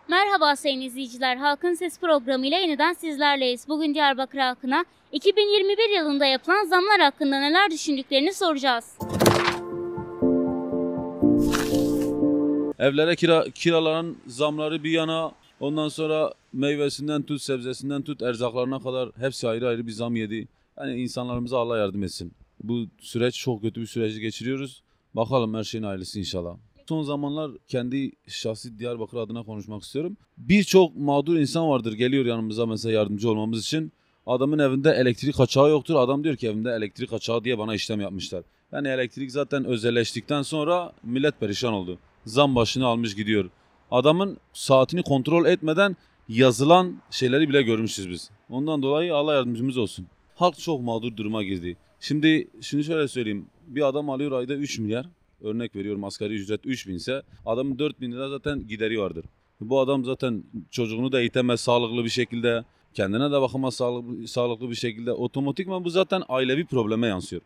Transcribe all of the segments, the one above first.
Merhaba sayın izleyiciler, Halkın Ses programıyla yeniden sizlerleyiz. Bugün Diyarbakır halkına 2021 yılında yapılan zamlar hakkında neler düşündüklerini soracağız. Evlere kiraların zamları bir yana, ondan sonra meyvesinden tut, sebzesinden tut, erzaklarına kadar hepsi ayrı ayrı bir zam yedi. Yani insanlarımıza Allah yardım etsin. Bu süreç çok kötü bir süreci geçiriyoruz. Bakalım her şeyin hayırlısı inşallah. Son zamanlar kendi şahsi Diyarbakır adına konuşmak istiyorum. Birçok mağdur insan vardır, geliyor yanımıza mesela yardımcı olmamız için. Adamın evinde elektrik kaçağı yoktur. Adam diyor ki evimde elektrik kaçağı diye bana işlem yapmışlar. Yani elektrik zaten özelleştikten sonra millet perişan oldu. Zam başını almış gidiyor. Adamın saatini kontrol etmeden yazılan şeyleri bile görmüşüz biz. Ondan dolayı Allah yardımcımız olsun. Halk çok mağdur duruma girdi. Şimdi şunu şöyle söyleyeyim. Bir adam alıyor ayda 3 milyar. Örnek veriyorum, asgari ücret 3.000 ise adamın 4.000 lira zaten gideri vardır. Bu adam zaten çocuğunu da eğitemez sağlıklı bir şekilde. Kendine de bakamaz sağlıklı bir şekilde. Otomatikman bu zaten ailevi probleme yansıyor.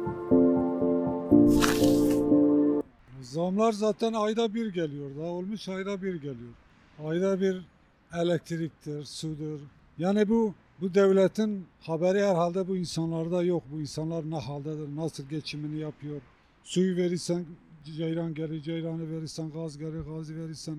Zamlar zaten ayda bir geliyor. Daha olmuş ayda bir geliyor. Ayda bir elektriktir, sudur. Yani bu devletin haberi herhalde bu insanlarda yok. Bu insanlar ne haldedir, nasıl geçimini yapıyor. Suyu verirsen ceyran gelir, ceyranı verirsen gaz gelir, gazı verirsen.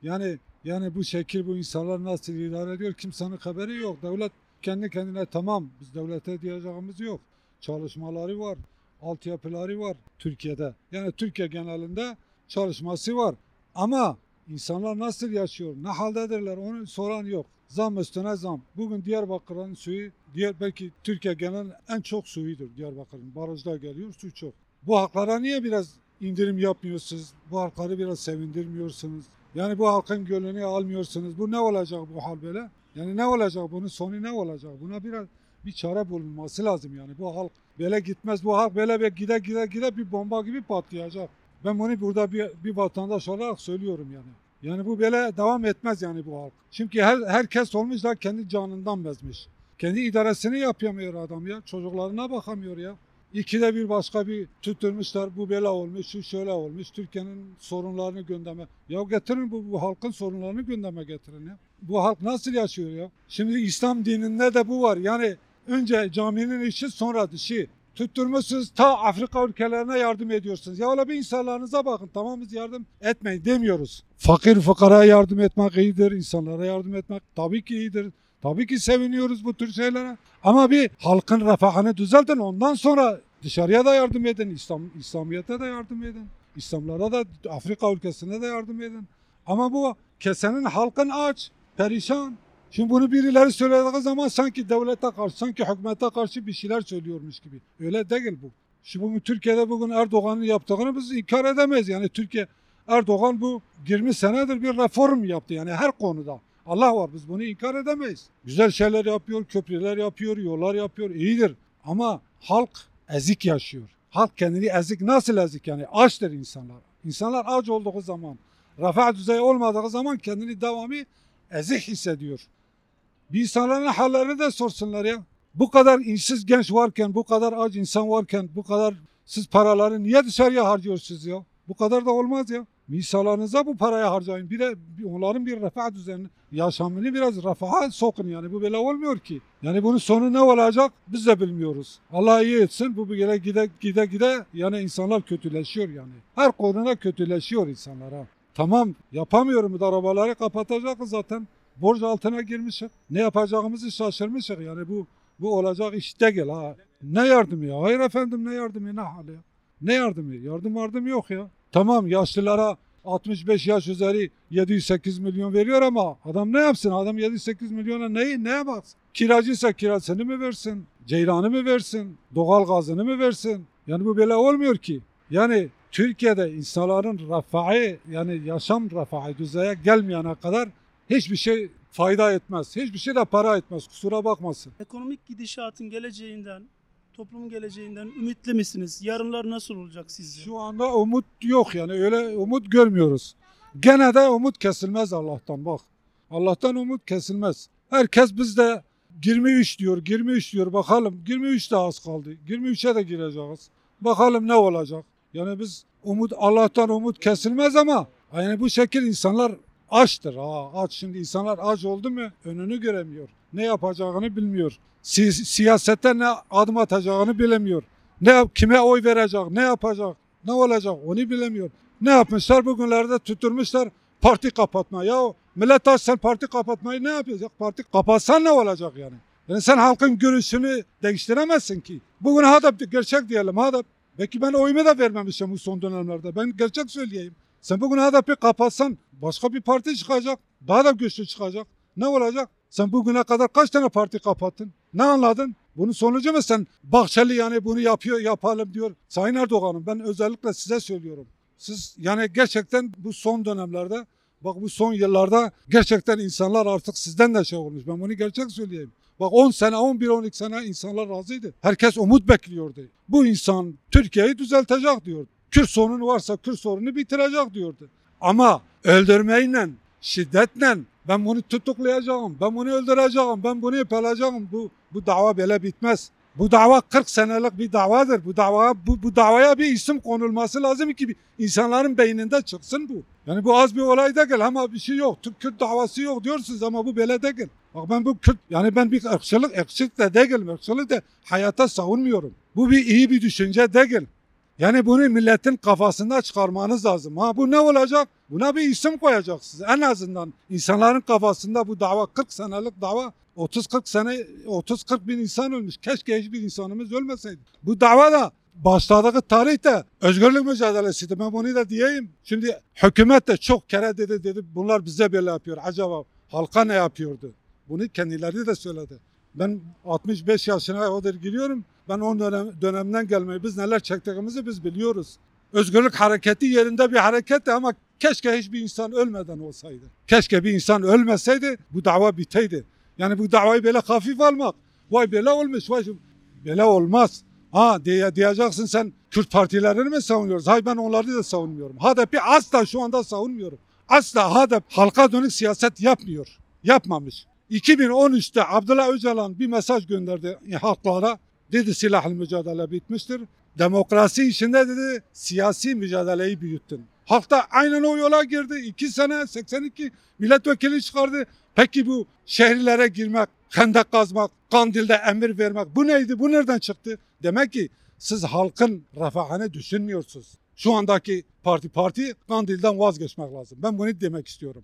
Yani bu şekil bu insanlar nasıl idare ediyor kimsenin haberi yok. Devlet kendi kendine tamam, biz devlete diyeceğimiz yok. Çalışmaları var, altyapıları var Türkiye'de. Yani Türkiye genelinde çalışması var. Ama insanlar nasıl yaşıyor, ne haldedirler onu soran yok. Zam üstüne zam. Bugün Diyarbakır'ın suyu, belki Türkiye genel en çok suyudur Diyarbakır'ın. Barajda geliyor, su çok. Bu halklara niye biraz indirim yapmıyorsunuz? Bu halkları biraz sevindirmiyorsunuz. Yani bu halkın gönlünü almıyorsunuz. Bu ne olacak bu hal böyle? Yani ne olacak? Bunun sonu ne olacak? Buna biraz bir çare bulunması lazım yani. Bu halk böyle gitmez. Bu halk böyle gide bir bomba gibi patlayacak. Ben bunu burada bir vatandaş olarak söylüyorum yani. Yani bu böyle devam etmez yani bu halk. Çünkü herkes olmuş da kendi canından bezmiş. Kendi idaresini yapamıyor adam ya. Çocuklarına bakamıyor ya. İkide bir başka bir tutturmuşlar. Bu böyle olmuş, şu şöyle olmuş. Türkiye'nin sorunlarını gündeme. Ya getirin bu halkın sorunlarını gündeme getirin ya. Bu halk nasıl yaşıyor ya? Şimdi İslam dininde de bu var. Yani önce caminin işi sonra dışı. Tutturmuşsunuz ta Afrika ülkelerine yardım ediyorsunuz. Ya öyle bir insanlarınıza bakın. Tamam biz yardım etmeyin demiyoruz. Fakir fukaraya yardım etmek iyidir. İnsanlara yardım etmek tabii ki iyidir. Tabii ki seviniyoruz bu tür şeylere. Ama bir halkın refahını düzeltin. Ondan sonra dışarıya da yardım edin. İslamiyet'e de yardım edin. İslamlara da Afrika ülkesine de yardım edin. Ama bu kesenin halkın aç, perişan. Şimdi bunu birileri söylediği zaman sanki devlete karşı, sanki hükümete karşı bir şeyler söylüyormuş gibi. Öyle değil bu. Şimdi Türkiye'de bugün Erdoğan'ın yaptığını biz inkar edemeyiz. Yani Erdoğan bu 20 senedir bir reform yaptı yani her konuda. Allah var, biz bunu inkar edemeyiz. Güzel şeyler yapıyor, köprüler yapıyor, yollar yapıyor, iyidir. Ama halk ezik yaşıyor. Halk kendini ezik, nasıl ezik yani? Açtır insanlar. İnsanlar aç olduğu zaman, refah düzeyi olmadığı zaman kendini devamlı ezik hissediyor. Bir insanların hallerini de sorsunlar ya. Bu kadar işsiz genç varken, bu kadar aç insan varken, bu kadar siz paraları niye dışarıya harcıyorsunuz ya? Bu kadar da olmaz ya. Misalarınıza bu parayı harcayın. Bir de onların bir refah düzeni, yaşamını biraz refaha sokun yani. Bu böyle olmuyor ki. Yani bunun sonu ne olacak biz de bilmiyoruz. Allah iyi etsin. Bu böyle gide yani insanlar kötüleşiyor yani. Her konuda kötüleşiyor insanlar ha. Tamam yapamıyorum da arabaları kapatacak zaten. Borç altına girmişik. Ne yapacağımızı şaşırmışık yani bu olacak iş değil ha. Ne yardımı ya? Hayır efendim ne yardımı ne hali ya? Ne yardımı? Yardım yok ya. Tamam yaşlılara 65 yaş üzeri 708 milyon veriyor ama adam ne yapsın? Adam 708 milyona neye baksın? Kiracıysa kirasını mı versin? Ceyranı mı versin? Doğal gazını mı versin? Yani bu böyle olmuyor ki. Yani Türkiye'de insanların refahı yani yaşam refahı düzeye gelmeyene kadar hiçbir şey fayda etmez. Hiçbir şey de para etmez. Kusura bakmasın. Ekonomik gidişatın geleceğinden, toplumun geleceğinden ümitli misiniz? Yarınlar nasıl olacak sizce? Şu anda umut yok yani öyle umut görmüyoruz. Gene de umut kesilmez Allah'tan bak. Allah'tan umut kesilmez. Herkes bizde 23 diyor, 23 diyor. Bakalım 23 de az kaldı. 23'e de gireceğiz. Bakalım ne olacak? Yani biz Allah'tan umut kesilmez ama yani bu şekil insanlar açtır. Aç, şimdi insanlar aç oldu mu önünü göremiyor. Ne yapacağını bilmiyor. Siyasette ne adım atacağını bilemiyor. Kime oy verecek, ne yapacak, ne olacak onu bilemiyor. Ne yapmışlar bugünlerde tutturmuşlar parti kapatma. Ya millet aç, sen parti kapatmayı ne yapacak? Parti kapatsan ne olacak yani? Yani sen halkın görüşünü değiştiremezsin ki. Bugün HDP gerçek diyelim HDP. Belki ben oyumu da vermemişim bu son dönemlerde. Ben gerçek söyleyeyim. Sen bugün HDP kapatsan başka bir parti çıkacak. Daha da güçlü çıkacak. Ne olacak? Sen bugüne kadar kaç tane parti kapattın? Ne anladın? Bunun sonucu mu sen Bahçeli yani bunu yapalım diyor. Sayın Erdoğan'ım ben özellikle size söylüyorum. Siz yani gerçekten bu son dönemlerde bak bu son yıllarda gerçekten insanlar artık sizden de şey olmuş. Ben bunu gerçek söyleyeyim. Bak 10 sene, 11, 12 sene insanlar razıydı. Herkes umut bekliyordu. Bu insan Türkiye'yi düzeltecek diyordu. Kürt sorunu varsa Kürt sorunu bitirecek diyordu. Ama öldürmeyle, şiddetle ben bunu tutuklayacağım, ben bunu öldüreceğim, ben bunu yapacağım. Bu dava böyle bitmez. Bu dava 40 senelik bir davadır. Bu davaya bir isim konulması lazım ki insanların beyninde çıksın bu. Yani bu az bir olay değil ama bir şey yok. Kürt davası yok diyorsunuz ama bu böyle değil. Bak ben bu Kürt yani ben bir ırkçılık da değilim. Irkçılık da hayata savunmuyorum. Bu bir iyi bir düşünce değil. Yani bunu milletin kafasında çıkarmanız lazım. Bu ne olacak? Buna bir isim koyacaksınız. En azından insanların kafasında bu dava 40 senelik dava 30-40 bin insan ölmüş. Keşke hiçbir insanımız ölmeseydi. Bu dava da başladığı tarihte özgürlük mücadelesiydi. Ben bunu da diyeyim. Şimdi hükümet de çok kere dedi bunlar bize böyle yapıyor. Acaba halka ne yapıyordu? Bunu kendileri de söyledi. Ben 65 yaşına kadar giriyorum. Ben o dönemden gelmeyi biz neler çektiğimizi biz biliyoruz. Özgürlük hareketi yerinde bir hareketti ama keşke hiçbir insan ölmeden olsaydı. Keşke bir insan ölmeseydi bu dava biteydi. Yani bu davayı böyle hafif almak. Vay böyle olmuş. Vay böyle olmaz. Diyeceksin sen Kürt partilerini mi savunuyoruz? Hayır ben onları da savunmuyorum. HDP asla şu anda savunmuyorum. Asla HDP halka dönük siyaset yapmıyor. Yapmamış. 2013'te Abdullah Öcalan bir mesaj gönderdi halklara. Dedi silahlı mücadele bitmiştir. Demokrasi içinde dedi siyasi mücadeleyi büyüttün. Halk da aynen o yola girdi. 2 sene 82 milletvekili çıkardı. Peki bu şehirlere girmek, hendek kazmak, Kandil'de emir vermek bu neydi? Bu nereden çıktı? Demek ki siz halkın refahını düşünmüyorsunuz. Şu andaki parti Kandil'den vazgeçmek lazım. Ben bunu demek istiyorum.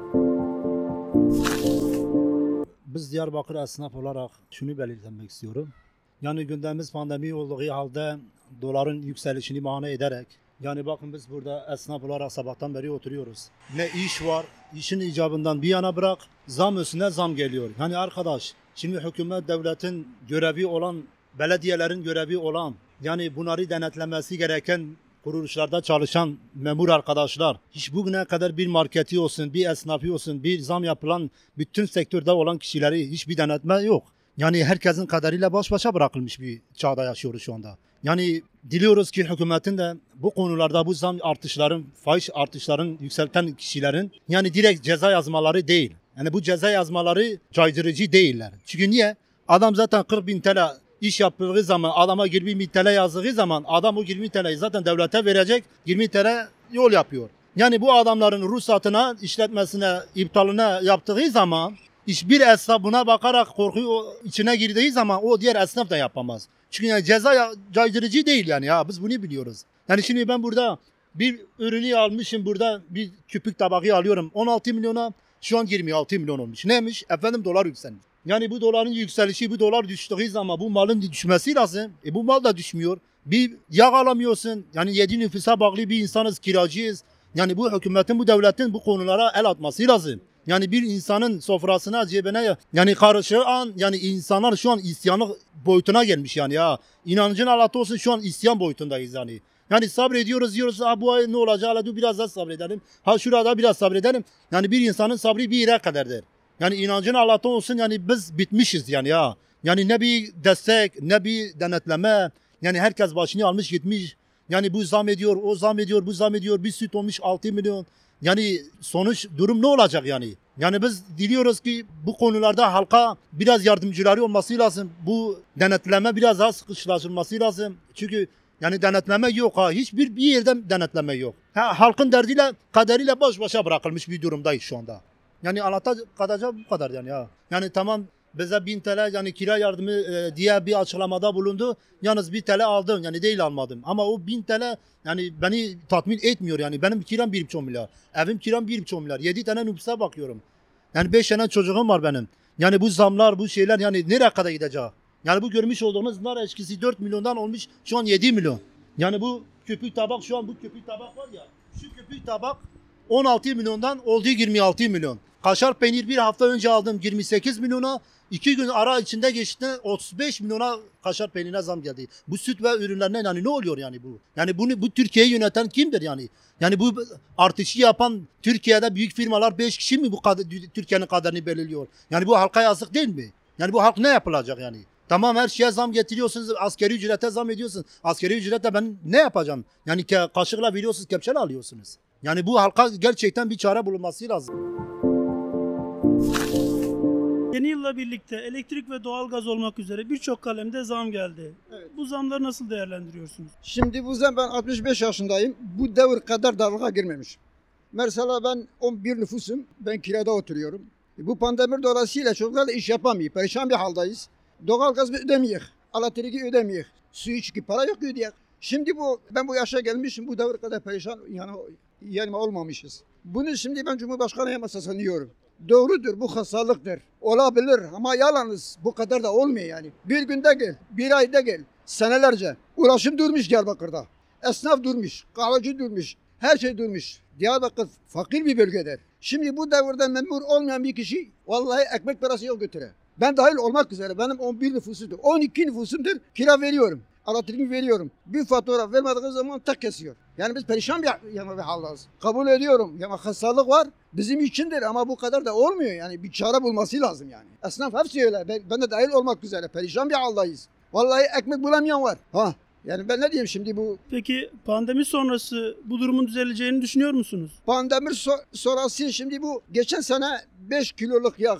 Biz Diyarbakır esnaf olarak şunu belirtmek istiyorum. Yani gündemimiz pandemi olduğu halde doların yükselişini bahane ederek yani bakın biz burada esnaf olarak sabahtan beri oturuyoruz. Ne iş var, işin icabından bir yana bırak zam üstüne zam geliyor. Yani arkadaş şimdi hükümet devletin görevi olan, belediyelerin görevi olan yani bunları denetlemesi gereken kuruluşlarda çalışan memur arkadaşlar hiç bugüne kadar bir marketi olsun, bir esnafı olsun, bir zam yapılan bütün sektörde olan kişileri hiçbir denetme yok. Yani herkesin kaderiyla baş başa bırakılmış bir çağda yaşıyoruz şu anda. Yani diliyoruz ki hükümetin de bu konularda bu zam artışların, faiz artışların yükselten kişilerin yani direkt ceza yazmaları değil. Yani bu ceza yazmaları caydırıcı değiller. Çünkü niye? Adam zaten 40 bin TL iş yaptığı zaman adama 20 bin TL yazdığı zaman adam o 20 TL'yi zaten devlete verecek 20 TL yol yapıyor. Yani bu adamların ruhsatına, işletmesine, iptaline yaptığı zaman hiçbir esnaf buna bakarak korkuyor içine girdiği zaman o diğer esnaf da yapamaz. Çünkü yani ceza caydırıcı değil yani ya biz bunu biliyoruz. Yani şimdi ben burada bir ürünü almışım burada bir küpük tabağı alıyorum 16 milyona şu an 26 milyon olmuş. Neymiş? Efendim dolar yükselmiş. Yani bu doların yükselişi bu dolar düştüğü zaman bu malın düşmesi lazım. Bu mal da düşmüyor. Bir yağ alamıyorsun. Yani 7 nüfusa bağlı bir insanız kiracıyız. Yani bu hükümetin bu devletin bu konulara el atması lazım. Yani bir insanın sofrasına cebine yani karışığı an yani insanlar şu an isyanı boyutuna gelmiş yani ya. İnancın Allah'ta olsun şu an isyan boyutundayız yani. Yani sabrediyoruz diyoruz bu ay ne olacak hadi biraz daha sabredelim. Şurada biraz sabredelim. Yani bir insanın sabrı bir yere kadardır. Yani inancın Allah'ta olsun yani biz bitmişiz yani ya. Yani ne bir destek ne bir denetleme. Yani herkes başını almış gitmiş. Yani bu zam ediyor o zam ediyor bu zam ediyor bir süt olmuş 6 milyon. Yani sonuç durum ne olacak yani? Yani biz diliyoruz ki bu konularda halka biraz yardımcıları olması lazım. Bu denetleme biraz daha sıkıştırılması lazım. Çünkü Yani denetleme yok ha. Hiçbir bir yerde denetleme yok. Halkın derdiyle, kaderiyle baş başa bırakılmış bir durumdayız şu anda. Yani anlatacak bu kadar yani ya. Yani tamam bize 1000 TL yani kira yardımı diye bir açıklamada bulundu. Yalnız 1 TL aldım yani değil almadım. Ama o 1000 TL yani beni tatmin etmiyor yani. Benim kiram 1,5 milyar. Evim kiram 1,5 milyar. 7 tane nüfusa bakıyorum. Yani 5 tane çocuğum var benim. Yani bu zamlar bu şeyler yani nereye kadar gidecek? Yani bu görmüş olduğunuz nar eşkisi 4 milyondan olmuş şu an 7 milyon. Yani bu köpük tabak şu an bu köpük tabak var ya. Şu köpük tabak 16 milyondan oldu 26 milyon. Kaşar peynir bir hafta önce aldım 28 milyona. 2 gün ara içinde geçti 35 milyona kaşar peynirine zam geldi. Bu süt ve ürünlerine yani ne oluyor yani bu? Yani bu Türkiye'yi yöneten kimdir yani? Yani bu artışı yapan Türkiye'de büyük firmalar 5 kişi mi bu Türkiye'nin kaderini belirliyor? Yani bu halka yazık değil mi? Yani bu halk ne yapılacak yani? Tamam her şeye zam getiriyorsunuz, askeri ücrete zam ediyorsunuz. Askeri ücrete ben ne yapacağım? Yani kaşıkla veriyorsunuz, kepçeyle alıyorsunuz. Yani bu halka gerçekten bir çare bulunması lazım. Yeni yılla birlikte elektrik ve doğalgaz olmak üzere birçok kalemde zam geldi. Evet. Bu zamları nasıl değerlendiriyorsunuz? Şimdi bu zaman ben 65 yaşındayım. Bu devir kadar darlığa girmemiş. Mesela ben 11 nüfusum. Ben kirada oturuyorum. Bu pandemi dolayısıyla çocuklarla iş yapamıyor. Perişan bir haldeyiz. Doğalgaz ödemiyor. Elektriği ödemiyor. Su içki para yok ödeyek. Şimdi ben bu yaşa gelmişim. Bu devir kadar perişan yani olmamışız. Bunu şimdi ben Cumhurbaşkanı'ya masaslanıyorum. Doğrudur bu hastalıktır. Olabilir ama yalanız bu kadar da olmuyor yani. Bir günde gel, bir ayda gel. Senelerce. Ulaşım durmuş Diyarbakır'da. Esnaf durmuş, kahveci durmuş, her şey durmuş. Diyarbakır fakir bir bölgedir. Şimdi bu devirde memur olmayan bir kişi vallahi ekmek parası yok götüre. Ben dahil olmak üzere benim 11 nüfusumdur. 12 nüfusumdur. Kira veriyorum. Elektriğimi veriyorum. Bir fatura vermediği zaman tek kesiyor. Yani biz perişan bir haldeyiz. Kabul ediyorum. Yani hastalık var. Bizim içindir ama bu kadar da olmuyor. Yani bir çare bulması lazım yani. Esnaf hepsi öyle. Ben de dahil olmak üzere. Perişan bir haldeyiz. Vallahi ekmek bulamayan var. Yani ben ne diyeyim şimdi bu Peki pandemi sonrası bu durumun düzeleceğini düşünüyor musunuz? pandemi sonrası şimdi bu geçen sene 5 kiloluk yağ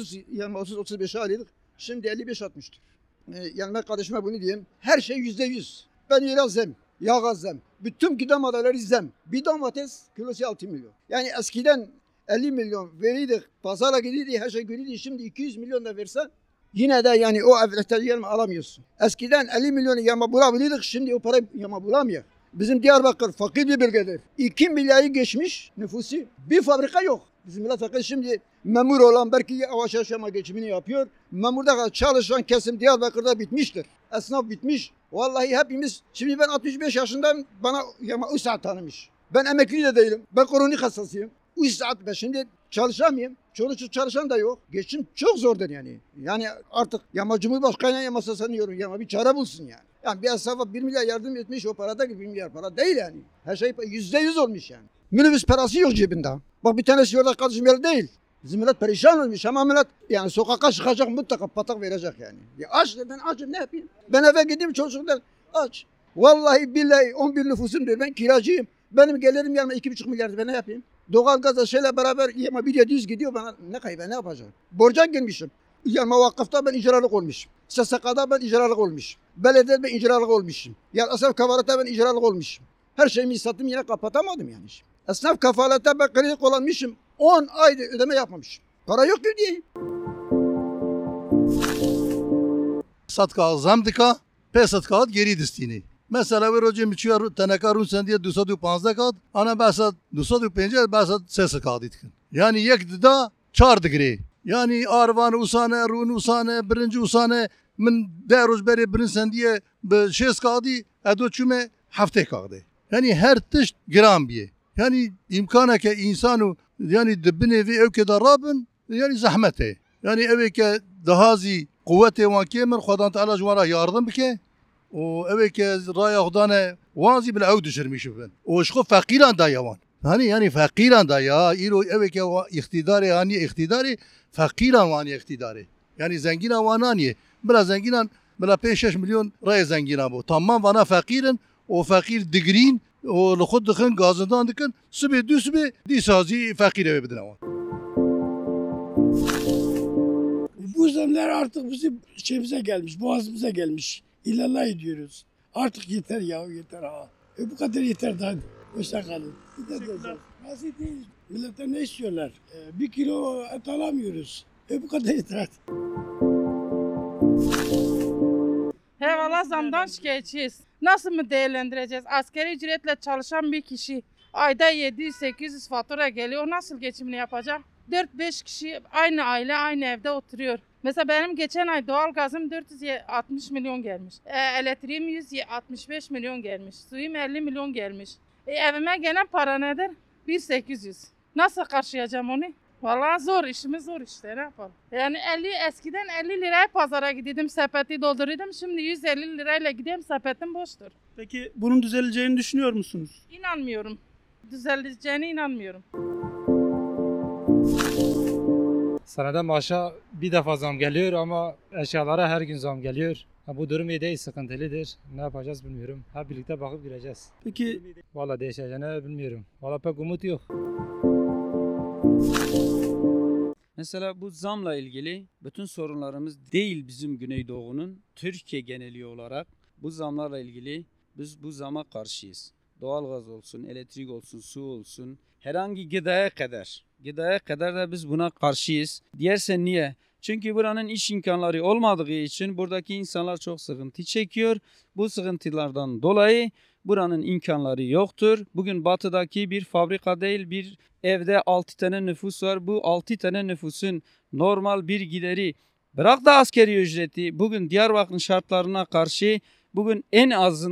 30-35'e alıyorduk. Şimdi 55-60'tır. Yani ben kardeşime bunu diyeyim. Her şey %100. Ben yağ zem, yağ zem. Bütün gıda maddeleri zem. Bir domates kilosu 6 milyon. Yani eskiden 50 milyon veriydik. Pazara gidiyorduk her şey gülüyordu. Şimdi 200 milyon da versen yine de yani o evletleri alamıyorsun. Eskiden 50 milyonu yama bulabiliyorduk. Şimdi o parayı yama bulamıyor. Bizim Diyarbakır fakir bir bölgedir. 2 milyarı geçmiş nüfusu. Bir fabrika yok. Bizim milletvekili şimdi memur olan belki yavaş yavaş ama geçimini yapıyor. Memurda çalışan kesim Diyarbakır'da bitmiştir. Esnaf bitmiş. Vallahi hepimiz, şimdi ben 65 yaşındayım, bana USAID tanımış. Ben emekli de değilim. Ben kronik hastasıyım. USAID ben şimdi çalışamıyorum. Çoluk çalışan da yok. Geçim çok zordur yani. Yani artık Cumhurbaşkanı'ya masaslanıyorum. Bir çare bulsun yani. Yani bir esnafa 1 milyar yardım etmiş o parada ki 1 milyar para değil yani. Her şey %100 olmuş yani. Minibüs parası yok cebinde. Bak bir tanesi yolda kardeşim yer değil. Bizim millet perişan olmuş ama millet yani sokağa çıkacak mutlaka patak verecek yani. Ya aç ben açım ne yapayım? Ben eve gideyim çocuklar aç. Vallahi billahi 11 nüfusum diyor ben kiracıyım. Benim gelirim yanıma 2,5 milyar ben ne yapayım? Doğalgazla şeyle beraber yama 1,700 gidiyor bana ne yapacağım? Borca girmişim. Yanıma vakıfta ben icralık olmuşum. SSK'da ben icralık olmuşum. Belediyede ben icralık olmuşum. Yani esnaf kafalete ben icralık olmuşum. Her şeyimi sattım yine kapatamadım yani. Esnaf kafalete ben kredi kullanmışım. 10 ayda ödeme yapmamışım. Para yok ki diye. صدقه زم دکا pe صدقات geri distini. Mesela ver hocam içiyor tenekarun sen diye 215 kat ana basat 205 basat ses kat etkin. Yani yek da 4 digri. Yani arvan usane run usane birinci usane min deruz beri birin sen diye be ses kadi edo çüme hafte kadi. Yani her tişt gram biye. Yani imkana ke insanu yani dibine ve evke darabın yani zahmete. Yani evke dahazi kuvveti ve kemer Xudan Teala jwara yardım bike. O evke raya Xudan'a vazi bil avd düşürmüşüm ben. O şko fakiran da yavan. Yani fakiran da ya ilo evke iktidarı yani iktidarı fakiran yani iktidarı. Yani zengin avanani. Bila zenginan bila 5-6 milyon raya zengina bu. Tamam bana fakirin o fakir digrin o لخود دخن gazından dikın sübe düsbe disazi fakir eve bedene var. Bu zamlar artık bizim şeyimize gelmiş, boğazımıza gelmiş. İllallah ediyoruz. Artık yeter ya yeter ha. Bu kadar yeter daha. Hoşça kalın. Teşekkürler. Basit değil. Milletten ne istiyorlar? 1 kilo et alamıyoruz. Bu kadar yeter. He valla zamdan şikayetçiyiz. Nasıl mı değerlendireceğiz? Asgari ücretle çalışan bir kişi ayda 700-800 fatura geliyor. Nasıl geçimini yapacak? 4-5 kişi aynı aile aynı evde oturuyor. Mesela benim geçen ay doğalgazım 460 milyon gelmiş. Elektriğim 165 milyon gelmiş. Suyum 50 milyon gelmiş. Evime gelen para nedir? 1800. Nasıl karşılayacağım onu? Vallahi zor, işimiz zor işte, ne yapalım. Yani eskiden 50 liraya pazara gidiyordum, sepeti dolduruyordum. Şimdi 150 lirayla gideyim, sepetim boştur. Peki bunun düzeleceğini düşünüyor musunuz? İnanmıyorum. Düzeleceğine inanmıyorum. Senede maaşa bir defa zam geliyor ama eşyalara her gün zam geliyor. Bu durum iyi değil, sıkıntılıdır. Ne yapacağız bilmiyorum. Hep birlikte bakıp gireceğiz. Peki Valla değişeceğini bilmiyorum. Valla pek umut yok. Mesela bu zamla ilgili bütün sorunlarımız değil bizim Güneydoğu'nun, Türkiye geneli olarak bu zamlarla ilgili biz bu zama karşıyız. Doğalgaz olsun, elektrik olsun, su olsun, herhangi gıdaya kadar da biz buna karşıyız. Diyersen niye? Çünkü buranın iş imkanları olmadığı için buradaki insanlar çok sıkıntı çekiyor. Bu sıkıntılardan dolayı buranın imkanları yoktur. Bugün batıdaki bir fabrika değil, bir evde 6 tane nüfus var. Bu 6 tane nüfusun normal bir gideri, bırak da askeri ücreti, bugün Diyarbakır'ın şartlarına karşı bugün en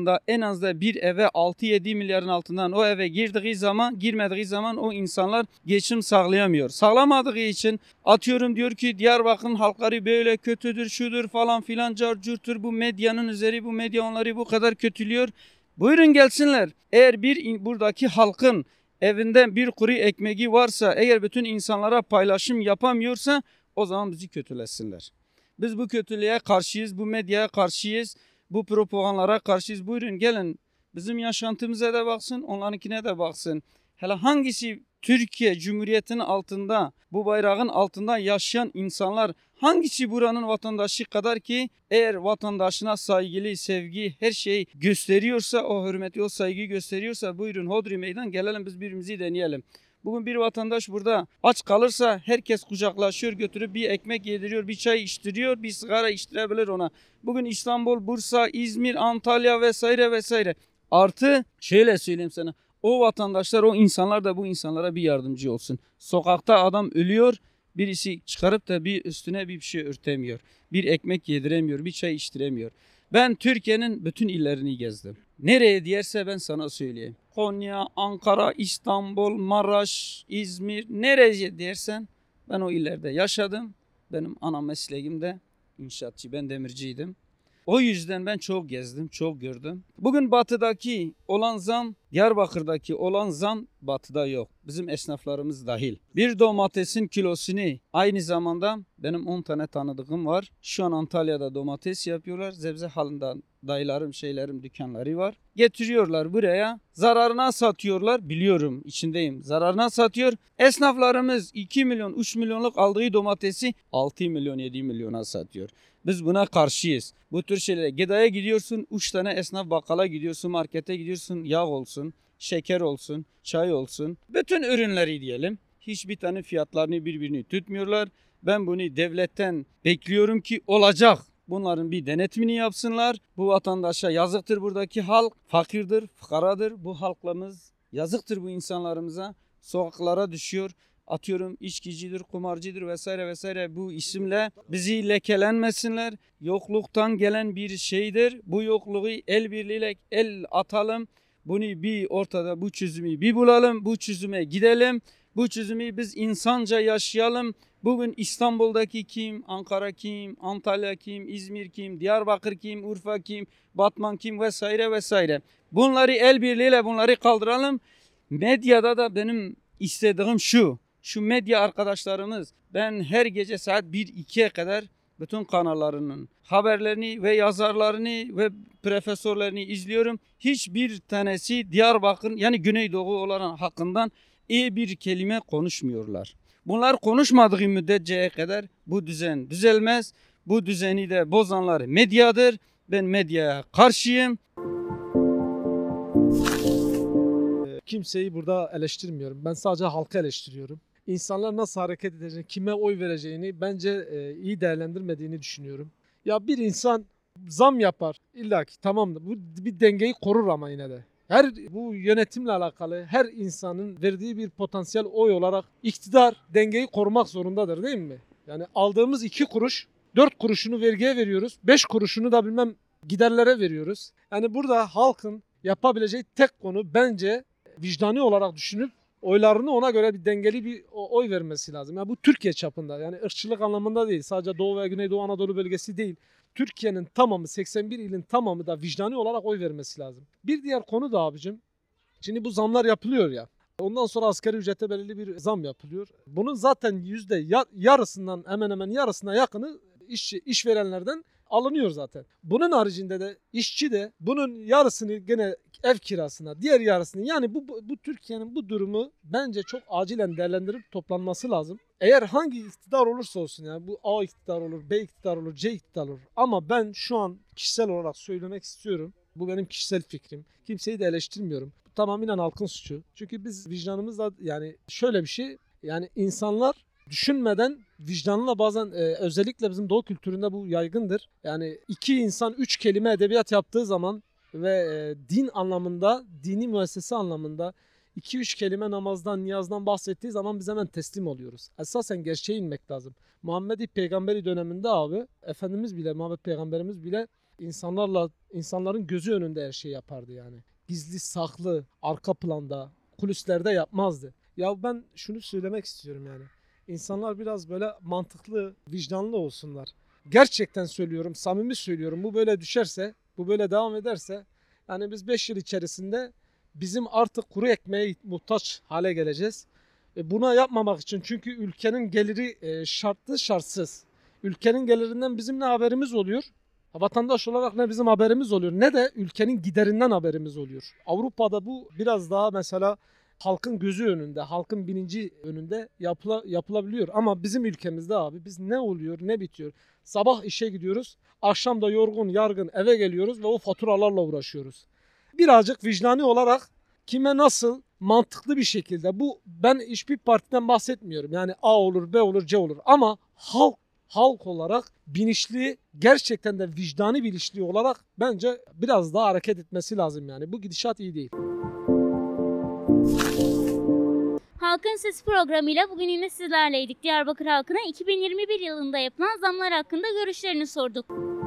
azda bir eve 6-7 milyarın altından o eve girmediği zaman o insanlar geçim sağlayamıyor. Sağlamadığı için atıyorum diyor ki Diyarbakır'ın halkları böyle kötüdür, şudur falan filan carcurtur, bu medyanın üzeri, bu medya onları bu kadar kötülüyor. Buyurun gelsinler. Eğer buradaki halkın evinden bir kuru ekmeği varsa, eğer bütün insanlara paylaşım yapamıyorsa o zaman bizi kötülesinler. Biz bu kötülüğe karşıyız, bu medyaya karşıyız, bu propagandalara karşıyız. Buyurun gelin bizim yaşantımıza da baksın, onlarınkine de baksın. Hele hangisi Türkiye Cumhuriyeti'nin altında, bu bayrağın altında yaşayan insanlar hangisi buranın vatandaşı kadar ki eğer vatandaşına saygılı, sevgi, her şeyi gösteriyorsa, o hürmeti, o saygıyı gösteriyorsa buyurun hodri meydan gelelim biz birbirimizi deneyelim. Bugün bir vatandaş burada aç kalırsa herkes kucaklaşıyor, götürüp bir ekmek yediriyor, bir çay içtiriyor, bir sigara içtirebilir ona. Bugün İstanbul, Bursa, İzmir, Antalya vesaire vesaire. Artı şöyle söyleyeyim sana. O vatandaşlar, o insanlar da bu insanlara bir yardımcı olsun. Sokakta adam ölüyor, birisi çıkarıp da bir üstüne bir şey örtemiyor. Bir ekmek yediremiyor, bir çay içtiremiyor. Ben Türkiye'nin bütün illerini gezdim. Nereye diyerse ben sana söyleyeyim. Konya, Ankara, İstanbul, Maraş, İzmir, nereye dersen ben o illerde yaşadım. Benim ana mesleğim de inşaatçı, ben demirciydim. O yüzden ben çok gezdim, çok gördüm. Bugün batıdaki olan zam, Diyarbakır'daki olan zam batıda yok. Bizim esnaflarımız dahil. Bir domatesin kilosunu aynı zamanda benim 10 tane tanıdığım var. Şu an Antalya'da domates yapıyorlar. Zebze halinde dayılarım, dükkanları var. Getiriyorlar buraya. Zararına satıyorlar. Biliyorum, içindeyim. Zararına satıyor. Esnaflarımız 2 milyon, 3 milyonluk aldığı domatesi 6 milyon, 7 milyona satıyor. Biz buna karşıyız. Bu tür şeylere gıdaya gidiyorsun, 3 tane esnaf bakkala gidiyorsun, markete gidiyorsun, yağ olsun, şeker olsun, çay olsun. Bütün ürünleri diyelim. Hiçbir tane fiyatlarını birbirini tutmuyorlar. Ben bunu devletten bekliyorum ki olacak. Bunların bir denetimini yapsınlar. Bu vatandaşa yazıktır, buradaki halk fakirdir, fukaradır. Bu halklarımız yazıktır, bu insanlarımıza. Sokaklara düşüyor. Atıyorum içkicidir, kumarcıdır vesaire vesaire, bu isimle bizi lekelenmesinler. Yokluktan gelen bir şeydir. Bu yokluğu el birliğiyle el atalım. Bunu bir ortada, bu çözümü bir bulalım. Bu çözüme gidelim. Bu çözümü biz insanca yaşayalım. Bugün İstanbul'daki kim, Ankara kim, Antalya kim, İzmir kim, Diyarbakır kim, Urfa kim, Batman kim vesaire vesaire. Bunları el birliğiyle bunları kaldıralım. Medyada da benim istediğim şu medya arkadaşlarımız, ben her gece saat 1-2'ye kadar bütün kanallarının haberlerini ve yazarlarını ve profesörlerini izliyorum. Hiçbir tanesi Diyarbakır, yani Güneydoğu olan hakkından iyi bir kelime konuşmuyorlar. Bunlar konuşmadığı müddetçeye kadar bu düzen düzelmez. Bu düzeni de bozanlar medyadır. Ben medyaya karşıyım. Kimseyi burada eleştirmiyorum. Ben sadece halkı eleştiriyorum. İnsanlar nasıl hareket edeceğini, kime oy vereceğini bence iyi değerlendirmediğini düşünüyorum. Ya bir insan zam yapar illa ki, tamam da bu bir dengeyi korur ama yine de. Bu yönetimle alakalı her insanın verdiği bir potansiyel oy olarak iktidar dengeyi korumak zorundadır, değil mi? Yani aldığımız 2 kuruş 4 kuruşunu vergiye veriyoruz. 5 kuruşunu da bilmem giderlere veriyoruz. Yani burada halkın yapabileceği tek konu bence vicdani olarak düşünüp oylarını ona göre bir dengeli bir oy vermesi lazım. Yani bu Türkiye çapında, yani ırkçılık anlamında değil. Sadece Doğu ve Güneydoğu Anadolu bölgesi değil. Türkiye'nin tamamı, 81 ilin tamamı da vicdani olarak oy vermesi lazım. Bir diğer konu da abicim, şimdi bu zamlar yapılıyor ya. Ondan sonra asgari ücrete belirli bir zam yapılıyor. Bunun zaten yarısından, hemen hemen yarısına yakını işverenlerden alınıyor zaten. Bunun haricinde de işçi de bunun yarısını gene ev kirasına, diğer yarısını, yani bu Türkiye'nin bu durumu bence çok acilen değerlendirip toplanması lazım. Eğer hangi iktidar olursa olsun, yani bu A iktidar olur, B iktidar olur, C iktidar olur, ama ben şu an kişisel olarak söylemek istiyorum. Bu benim kişisel fikrim. Kimseyi de eleştirmiyorum. Bu tamamen halkın suçu. Çünkü biz vicdanımızla, yani şöyle bir şey, yani insanlar düşünmeden vicdanla bazen özellikle bizim Doğu kültüründe bu yaygındır. Yani 2 insan 3 kelime edebiyat yaptığı zaman ve din anlamında, dini müessese anlamında 2-3 kelime namazdan, niyazdan bahsettiği zaman biz hemen teslim oluyoruz. Esasen gerçeğe inmek lazım. Muhammedi peygamberi döneminde abi, Efendimiz bile, Muhammed peygamberimiz bile insanların gözü önünde her şeyi yapardı yani. Gizli, saklı, arka planda, kulislerde yapmazdı. Ya ben şunu söylemek istiyorum yani. İnsanlar biraz böyle mantıklı, vicdanlı olsunlar. Gerçekten söylüyorum, samimi söylüyorum. Bu böyle düşerse, bu böyle devam ederse, yani biz 5 yıl içerisinde bizim artık kuru ekmeğe muhtaç hale geleceğiz. Buna yapmamak için, çünkü ülkenin geliri şartlı şartsız. Ülkenin gelirinden bizim ne haberimiz oluyor? Vatandaş olarak ne bizim haberimiz oluyor, ne de ülkenin giderinden haberimiz oluyor. Avrupa'da bu biraz daha mesela halkın gözü önünde, halkın bilinci önünde yapılabiliyor. Ama bizim ülkemizde abi biz ne oluyor, ne bitiyor? Sabah işe gidiyoruz, akşam da yorgun, yargın eve geliyoruz ve o faturalarla uğraşıyoruz. Birazcık vicdani olarak kime nasıl mantıklı bir şekilde, bu ben hiçbir partiden bahsetmiyorum. Yani A olur, B olur, C olur, ama halk olarak bilinçli, gerçekten de vicdani bilinçli olarak bence biraz daha hareket etmesi lazım yani. Bu gidişat iyi değil. Halkın Sesi programıyla bugün yine sizlerleydik. Diyarbakır halkına 2021 yılında yapılan zamlar hakkında görüşlerini sorduk.